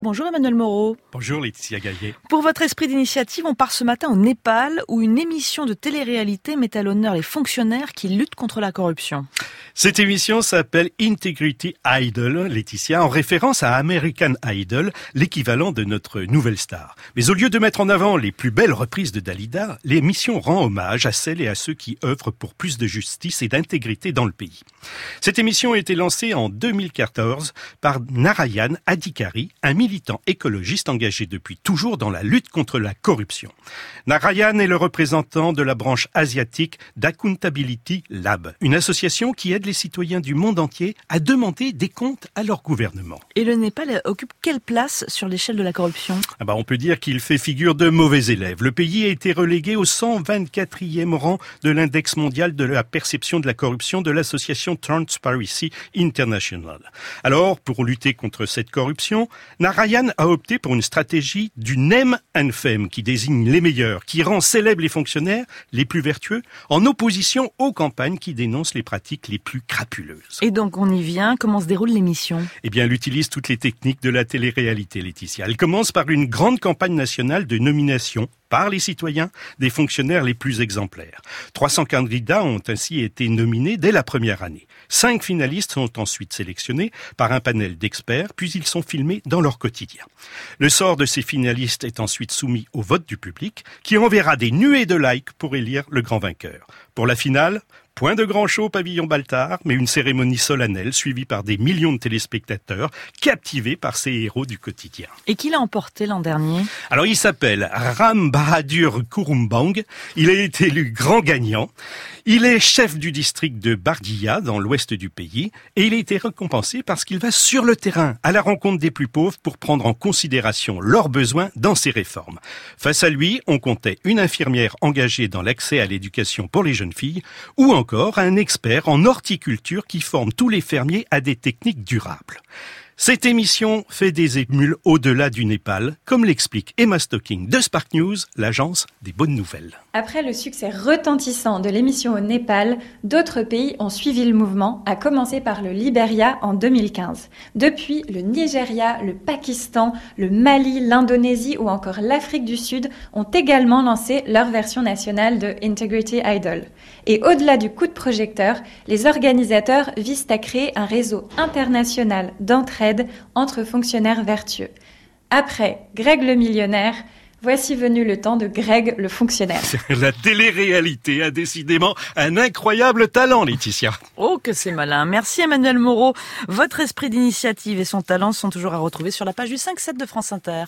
Bonjour Emmanuel Moreau. Bonjour Laetitia Gaillet. Pour votre esprit d'initiative, on part ce matin au Népal où une émission de télé-réalité met à l'honneur les fonctionnaires qui luttent contre la corruption. Cette émission s'appelle Integrity Idol, Laetitia, en référence à American Idol, l'équivalent de notre nouvelle star. Mais au lieu de mettre en avant les plus belles reprises de Dalida, l'émission rend hommage à celles et à ceux qui œuvrent pour plus de justice et d'intégrité dans le pays. Cette émission a été lancée en 2014 par Narayan Adhikari, un militant écologiste engagé depuis toujours dans la lutte contre la corruption. Narayan est le représentant de la branche asiatique d'Accountability Lab, une association qui aide les citoyens du monde entier à demander des comptes à leur gouvernement. Et le Népal occupe quelle place sur l'échelle de la corruption ? On peut dire qu'il fait figure de mauvais élève. Le pays a été relégué au 124e rang de l'index mondial de la perception de la corruption de l'association Transparency International. Alors, pour lutter contre cette corruption, Narayan a opté pour une stratégie du name and fame qui désigne les meilleurs, qui rend célèbres les fonctionnaires les plus vertueux, en opposition aux campagnes qui dénoncent les pratiques les plus crapuleuses. Et donc on y vient, comment se déroule l'émission ? Elle utilise toutes les techniques de la télé-réalité, Laetitia. Elle commence par une grande campagne nationale de nomination par les citoyens des fonctionnaires les plus exemplaires. 300 candidats ont ainsi été nominés dès la première année. 5 finalistes sont ensuite sélectionnés par un panel d'experts, puis ils sont filmés dans leur quotidien. Le sort de ces finalistes est ensuite soumis au vote du public, qui enverra des nuées de likes pour élire le grand vainqueur. Pour la finale, point de grand show au pavillon Baltard, mais une cérémonie solennelle suivie par des millions de téléspectateurs captivés par ces héros du quotidien. Et qui l'a emporté l'an dernier ? Alors il s'appelle Ram Bahadur Kurumbang, il a été élu grand gagnant, il est chef du district de Bardia dans l'ouest du pays et il a été récompensé parce qu'il va sur le terrain à la rencontre des plus pauvres pour prendre en considération leurs besoins dans ces réformes. Face à lui, on comptait une infirmière engagée dans l'accès à l'éducation pour les jeunes filles ou encore un expert en horticulture qui forme tous les fermiers à des techniques durables. Cette émission fait des émules au-delà du Népal, comme l'explique Emma Stocking de Spark News, l'agence des bonnes nouvelles. Après le succès retentissant de l'émission au Népal, d'autres pays ont suivi le mouvement, à commencer par le Libéria en 2015. Depuis, le Nigeria, le Pakistan, le Mali, l'Indonésie ou encore l'Afrique du Sud ont également lancé leur version nationale de Integrity Idol. Et au-delà du coup de projecteur, les organisateurs visent à créer un réseau international d'entraide entre fonctionnaires vertueux. Après Greg le millionnaire, voici venu le temps de Greg le fonctionnaire. La télé-réalité a décidément un incroyable talent, Laetitia. Oh, que c'est malin. Merci Emmanuel Moreau. Votre esprit d'initiative et son talent sont toujours à retrouver sur la page du 5-7 de France Inter.